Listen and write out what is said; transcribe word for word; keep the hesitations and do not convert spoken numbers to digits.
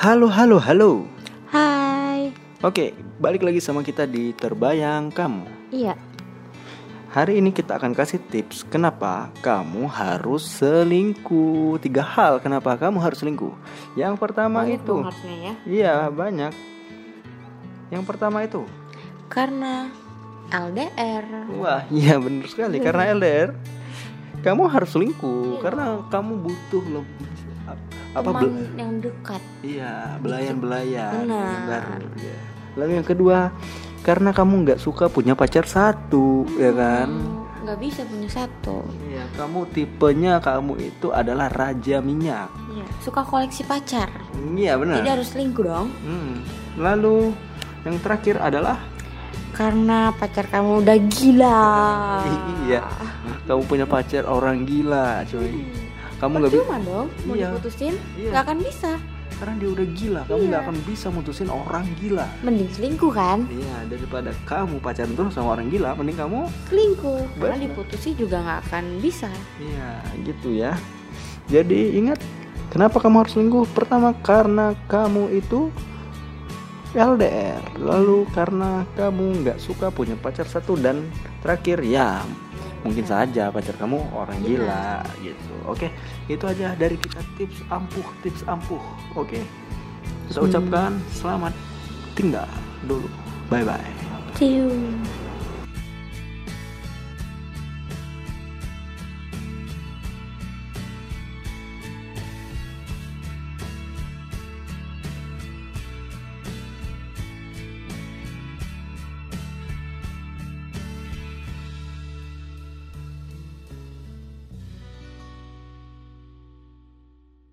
Halo, halo, halo. Hai. Oke, balik lagi sama kita di Terbayang Kamu. Iya. Hari ini kita akan kasih tips kenapa kamu harus selingkuh. Tiga hal kenapa kamu harus selingkuh. Yang pertama Banyak itu dong harusnya ya. Iya, banyak. Yang pertama itu Karena L D R. Wah, iya benar sekali. Karena L D R kamu harus selingkuh. Iya. Karena kamu butuh lebih apa Teman bel- yang dekat. Iya, belayan-belayan. Benar. Yang baru, ya. Lalu yang kedua, karena kamu nggak suka punya pacar satu, ya kan? Hmm, Gak bisa punya satu. Iya, kamu tipenya kamu itu adalah raja minyak. Iya. Suka koleksi pacar. Iya benar. Jadi harus selingkuh dong. Hmm. Lalu yang terakhir adalah Karena pacar kamu udah gila. iya, kamu punya pacar orang gila, coy. Kamu nggak bisa, Percuma dong mau Iya. diputusin. Iya. Gak akan bisa. karena dia udah gila. Kamu Iya. nggak akan bisa mutusin orang gila. Mending selingkuh kan. Iya, daripada kamu pacaran terus sama orang gila, mending kamu Selingkuh. Karena Benar. diputusin juga gak akan bisa. iya, gitu ya. Jadi ingat, kenapa kamu harus selingkuh? Pertama, karena kamu itu L D R. Lalu karena kamu nggak suka punya pacar satu. Dan terakhir, ya mungkin saja pacar kamu orang gila gitu. Oke, itu aja dari kita, tips ampuh, tips ampuh. Oke, kita Hmm. ucapkan selamat tinggal dulu. Bye bye. See you.